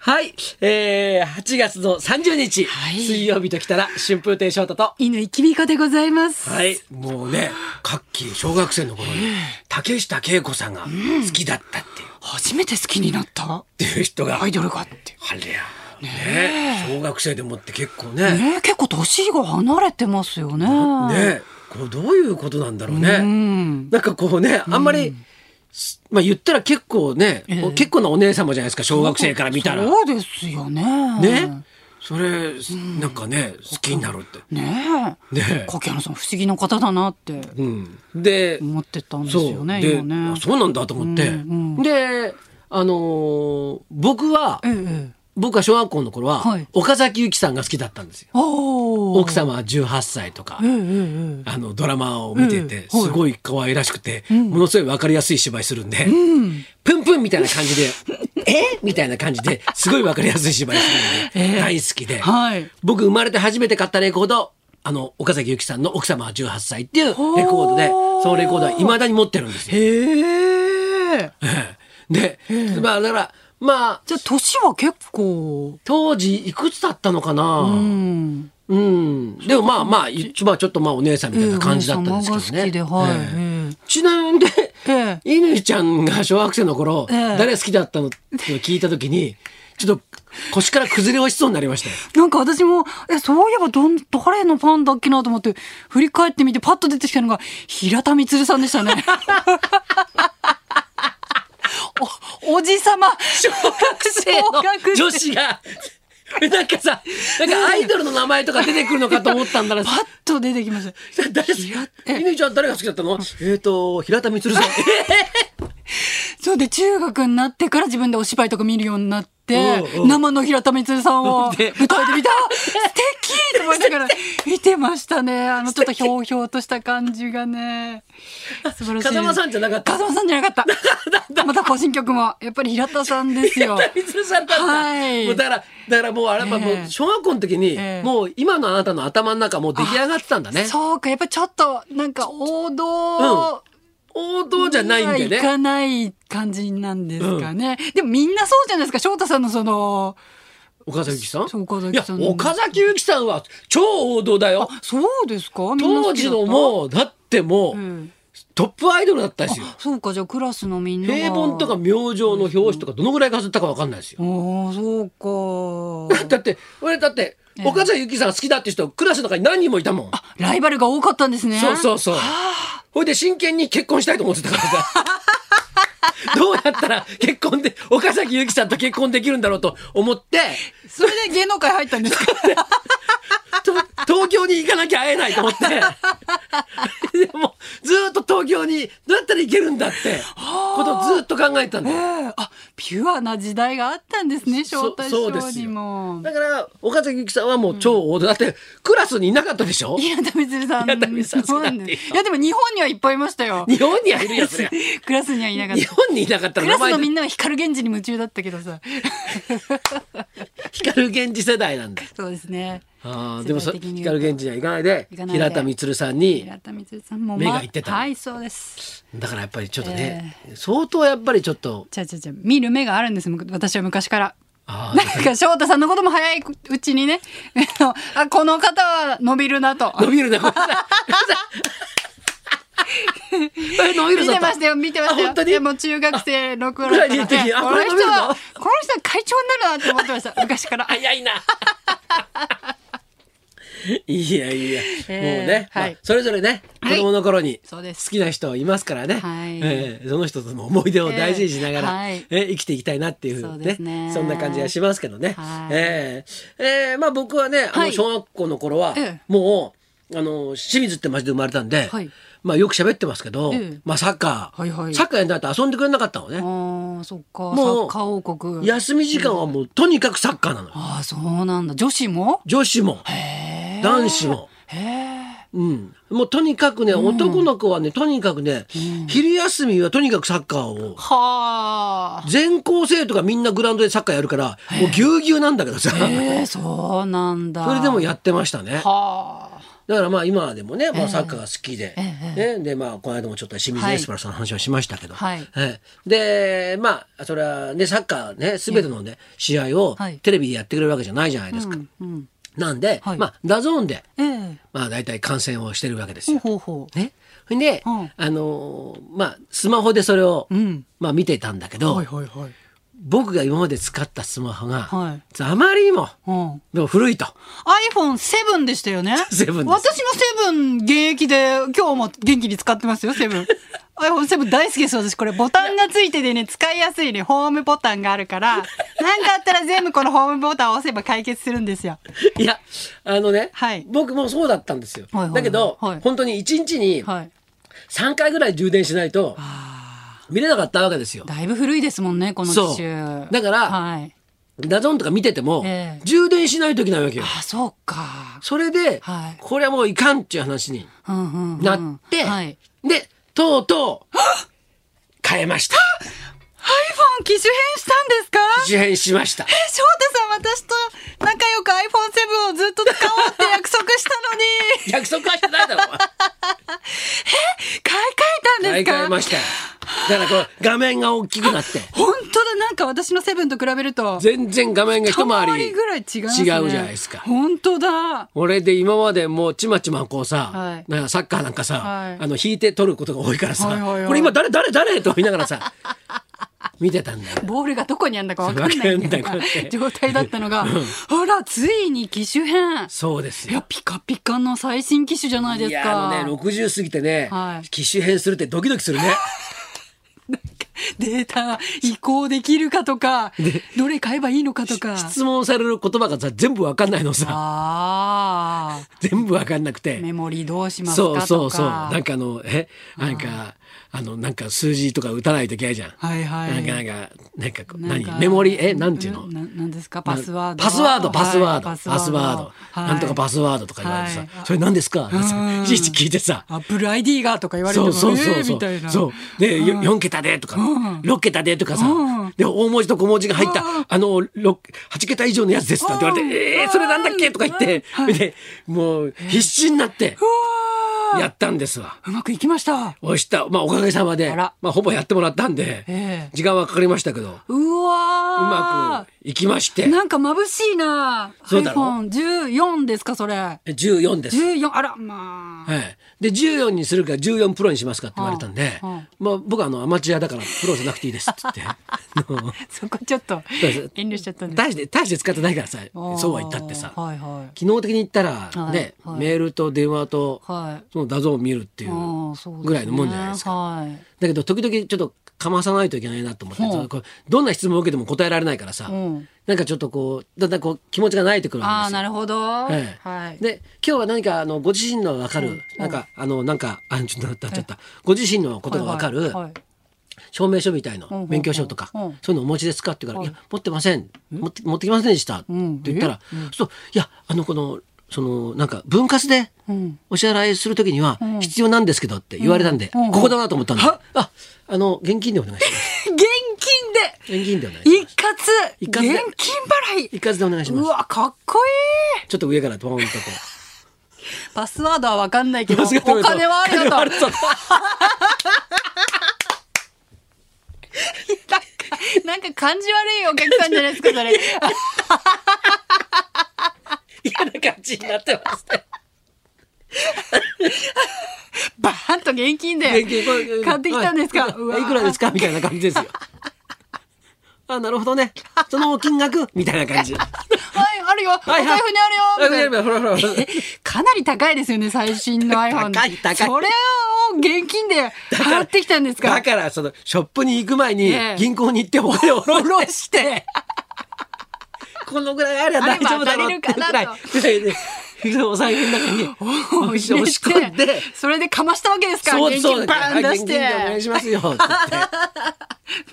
はい、8月の30日、水曜日ときたら春風亭昇太と乾きみかでございます。 はい、もうね、各期小学生の頃に竹下恵子さんが好きだったっていう、 初めて好きになったっていう人がアイドルがって、 ありゃね、小学生でもって結構ね、 結構年が離れてますよね。 ね、こうどういうことなんだろうね。なんかこうね、あんまり、まあ言ったら結構ね、結構なお姉様じゃないですか、小学生から見たら。 そうですよね。 ね、それなんかね、好きになるってねえ、柿原さん不思議な方だなって、 で思ってたんですよね。 で、 今ね、 そうなんだと思って、で僕は小学校の頃は、岡崎由紀さんが好きだったんですよ。奥様は18歳とか、ドラマを見てて、すごい可愛らしくて、ものすごい分かりやすい芝居するんで、プンプンみたいな感じでみたいな感じですごい分かりやすい芝居するんで、大好きで、僕生まれて初めて買ったレコード、岡崎由紀さんの奥様は18歳っていうレコードで、そのレコードは未だに持ってるんですよ。で、まあだからじゃあ年は結構当時いくつだったのかな。でもまあちょっとお姉さんみたいな感じだったんですけどね。ちなみに乾ちゃんが小学生の頃、誰好きだったのって聞いた時にちょっと腰から崩れ落ちそうになりましたよ。 なんか私もそういえば誰のファンだっけなと思って振り返ってみてパッと出てきたのが平田充さんでしたね。おじさま小学生の女子がなんかさ、なんかアイドルの名前とか出てくるのかと思ったんだら、 パッと出てきました。 乾ちゃん誰が好きだったの？平田充さん。 そうで、中学になってから自分でお芝居とか見るようになって、生の平田充さんを舞台で見た、素敵と思いながら見てましたね。ちょっとひょうひょうとした感じがね、素晴らしい。 風間さんじゃなかった。 風間さんじゃなかった。また行進曲もやっぱり平田さんですよ。 平田充さんだった。もうだからもうあれはもう小学校の時に、もう今のあなたの頭の中もう出来上がってたんだね。 そうか、やっぱりちょっとなんか王道じゃないんでね。 いかない感じなんですかね。でもみんなそうじゃないですか。翔太さんのその岡崎由紀さん。 岡崎さん。 岡崎由紀さんは超王道だよ。 そうですか。 当時のもうだってもう、トップアイドルだったですよ。 そうか、じゃあクラスのみんなが平凡とか明星の表紙とかどのぐらい飾ったか分かんないですよ。 そうか。 だって岡崎由紀さん好きだって人クラスの中に何人もいたもん。 ライバルが多かったんですね。 そうほいで真剣に結婚したいと思ってたからさ。どうやったら岡崎由紀さんと結婚できるんだろうと思って、 それで芸能界入ったんですか。 東京に行かなきゃ会えないと思ってでもずっと東京にどうやったら行けるんだってことをずっと考えたんだよ。 ピュアな時代があったんですね、翔太師匠にも。 だから岡崎由紀さんはもう超王道だって、クラスにいなかったでしょ。 平田充さん。いやでも日本にはいっぱいいましたよ。 日本にはいるよそれ。 クラスにはいなかった。 日本にいなかったらクラスのみんなは光源氏に夢中だったけどさ。 光源氏世代なんだ。 そうですね。 でも光源氏には行かないで平田充さんに目がいってた。 はいそうです。 だからやっぱりちょっとね、相当やっぱりちょっと見る目があるんです。私は昔から。なんか翔太さんのことも早いうちにねこの方は伸びるなと。 伸びるな。 見てましたよ。 本当に。 でも中学生の頃からこの人は会長になるなって思ってました昔から。 早いな。いやもうね、それぞれね子供の頃に好きな人いますからね、その人との思い出を大事にしながら生きていきたいなっていうね、そんな感じがしますけどね。僕はね小学校の頃はもう清水って町で生まれたんで、よく喋ってますけど、サッカーやんだと遊んでくれなかったのね。 そっか。サッカー王国。 休み時間はもうとにかくサッカーなの。 そうなんだ。女子も男子も。もうとにかくね、男の子はねとにかくね、昼休みはとにかくサッカーを。全校生徒がみんなグラウンドでサッカーやるからもうぎゅうぎゅうなんだけどさ。 そうなんだ。 それでもやってましたね。 だからまあ今でもね、まあ、サッカーが好きで、ね、でまあこの間もちょっと清水エスパルスの話をしましたけど、でまあそれはねサッカーね全てのね試合をテレビでやってくれるわけじゃないじゃないですか。なんで、まあダゾーンで、まあ大体観戦をしてるわけですよ。ね。で、まあスマホでそれを、まあ見てたんだけど、僕が今まで使ったスマホが、あまりにも、でも古いと。 iPhone7 でしたよね。 7です。私の7現役で今日も元気に使ってますよ、7。iPhone7 大好きです、私。これボタンがついててね、使いやすいね、ホームボタンがあるから、なんかあったら全部このホームボタンを押せば解決するんですよ。 いや、僕もそうだったんですよ。だけど、本当に1日に3回ぐらい充電しないと、見れなかったわけですよ。 だいぶ古いですもんね、この機種。 だから、ダゾーンとか見てても、充電しないといけないわけよ。 そうか。 それで、これはもういかんっていう話になって、で、とうとう、変えました。 iPhone 機種変したんですか？ 機種変しました。 翔太さん、私と仲良く iPhone7 をずっと使おうって約束したのに。 約束はしてないだろ。 買い替えたんですか？ 買い替えましたよ。だからこう画面が大きくなって。 本当だ、なんか私の7と比べると全然画面が一回りぐらい違いますね。 違うじゃないですか。 本当だ。 俺で今までもうちまちまこうさ、なんかサッカーなんかさ、引いて取ることが多いからさ、これ今誰と言いながらさ見てたんだよ。 ボールがどこにあるんだか分かんないみたいな状態だったのが、あら、ついに機種変。 そうですよ。 いや、ピカピカの最新機種じゃないですか。 いや、60過ぎてね、機種変するってドキドキするね。 なんかデータ移行できるかとか、どれ買えばいいのかとか、 質問される言葉がさ全部分かんないのさ。全部分かんなくて、 メモリーどうしますかとか。 そうなんかなんか数字とか打たないといけないじゃん。なんかメモリなんていうの？ なんですか？パスワード。 パスワード。なんとかパスワードとか言われてさ、それ何ですか？いちいち聞いてさ、 アップル ID がとか言われてもみたいな。 そう。で4桁でとか6桁でとかさ、で大文字と小文字が入った8桁以上のやつですって言われて、それなんだっけとか言って、でもう必死になってやったんですわ。 うまくいきました。 押した。まあおかげさまで、ほぼやってもらったんで、時間はかかりましたけど、うまくいきまして。 なんか眩しいな。 そうだろ。 iPhone14 ですか、それ。 14です。 14、あら、まあ。 で、14にするか14プロにしますかって言われたんで、まあ僕はアマチュアだからプロじゃなくていいですって言って。 そこちょっと遠慮しちゃったんで。大して使ってないからさ、そうは言ったってさ、機能的に言ったらね、メールと電話とその画像を見るっていうぐらいのもんじゃないですか。だけど時々ちょっとかまさないといけないなと思って、どんな質問を受けても答えられないからさ、なんかちょっとこうだんだんこう気持ちが慣れてくるわけですよ。 なるほど。 で今日は何かご自身の分かるちょっとなっちゃったご自身のことが分かる証明書みたいの免許証とかそういうのお持ちですかって言うから、いや持ってません、持ってきませんでしたって言ったら、そういやそのなんか分割でお支払いするときには必要なんですけどって言われたんで、ここだなと思ったんで、現金でお願いします。現金でお願いします。 一括現金払い。 一括でお願いします。 うわ、かっこいい。 ちょっと上からドーンとこう。 パスワードは分かんないけど、お金はあるよと。なんか感じ悪いお客さんじゃないですか、それ。 嫌な感じになってますね。 バーンと現金で買ってきたんですか？いくらですかみたいな感じですよ。なるほどね。その金額みたいな感じ。 はい、あるよ。お財布にあるよ。 ほら。 かなり高いですよね、最新の iPhone。高い。それを現金で払ってきたんですか？ だからショップに行く前に銀行に行ってお金を下ろして、このぐらいあれば大丈夫だろうってぐらいでお財布の中に押し込んで、 それでかましたわけですか？現金バーン出して、現金でお願いしますよって言って。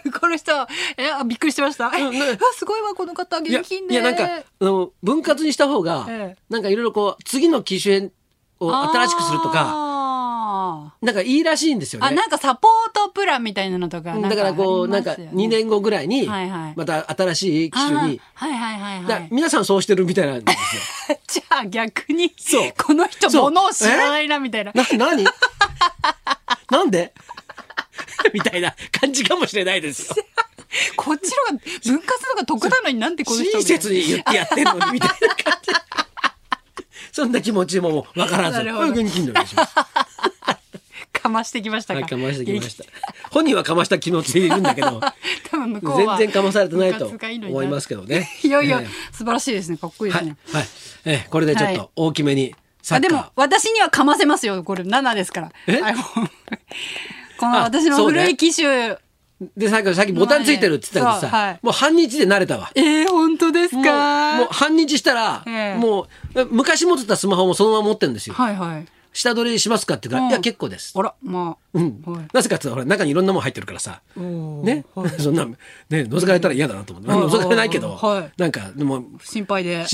この人びっくりしてました。すごいわこの方、現金で。 いやなんか分割にした方がなんかいろいろこう次の機種を新しくするとかなんかいいらしいんですよね。 なんかサポートプランみたいなのとかだからこう、なんか2年後ぐらいに、また新しい機種に。皆さんそうしてるみたいなんですよ。 じゃあ逆に、この人物を知らないな、みたいな。 何なんでみたいな感じかもしれないですよ。 こっちのが分割とか得なのになんてこの人親切に言ってやってんのにみたいな感じ。そんな気持ちも分からず、現金でお願いします。 かましてきましたか。 かましてきました。本人はかました気持ちでいるんだけど、 多分向こうは全然かまされてないと思いますけどね。 いやいや、素晴らしいですね。かっこいいですね。 はい。これでちょっと大きめにサッカー。 でも私にはかませますよ。これ7ですから。この私の古い機種。 で、さっきボタンついてるって言ったけどさ、もう半日で慣れたわ。 本当ですか？ もう半日したら、もう、昔持ってたスマホもそのまま持ってるんですよ。下取りしますかって言うから、いや、結構です。 あら、まあ。なぜかって言ったら、中にいろんなもの入ってるからさ。ね。そんな、ね、覗かれたら嫌だなと思って。覗かれないけど、なんか、でも、 心配で。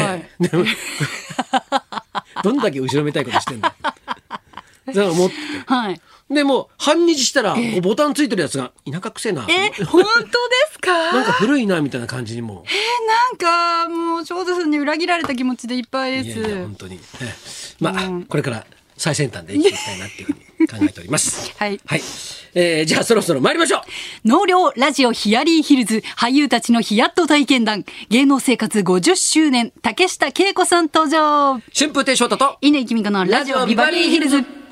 どんだけ後ろめたいことしてんだ。だ思って。でも半日したらボタンついてるやつが田舎くせえな。 本当ですか？ なんか古いなみたいな感じにも。 なんかもう翔太さんに裏切られた気持ちでいっぱいです。 いや本当に。まあこれから最先端で生きていきたいなっていうふうに考えております。 はい。 じゃあそろそろ参りましょう。 納涼ラジオヒアリーヒルズ俳優たちのヒヤッと体験談、芸能生活50周年竹下恵子さん登場。 春風亭昇太と稲井君香のラジオビバリーヒルズ。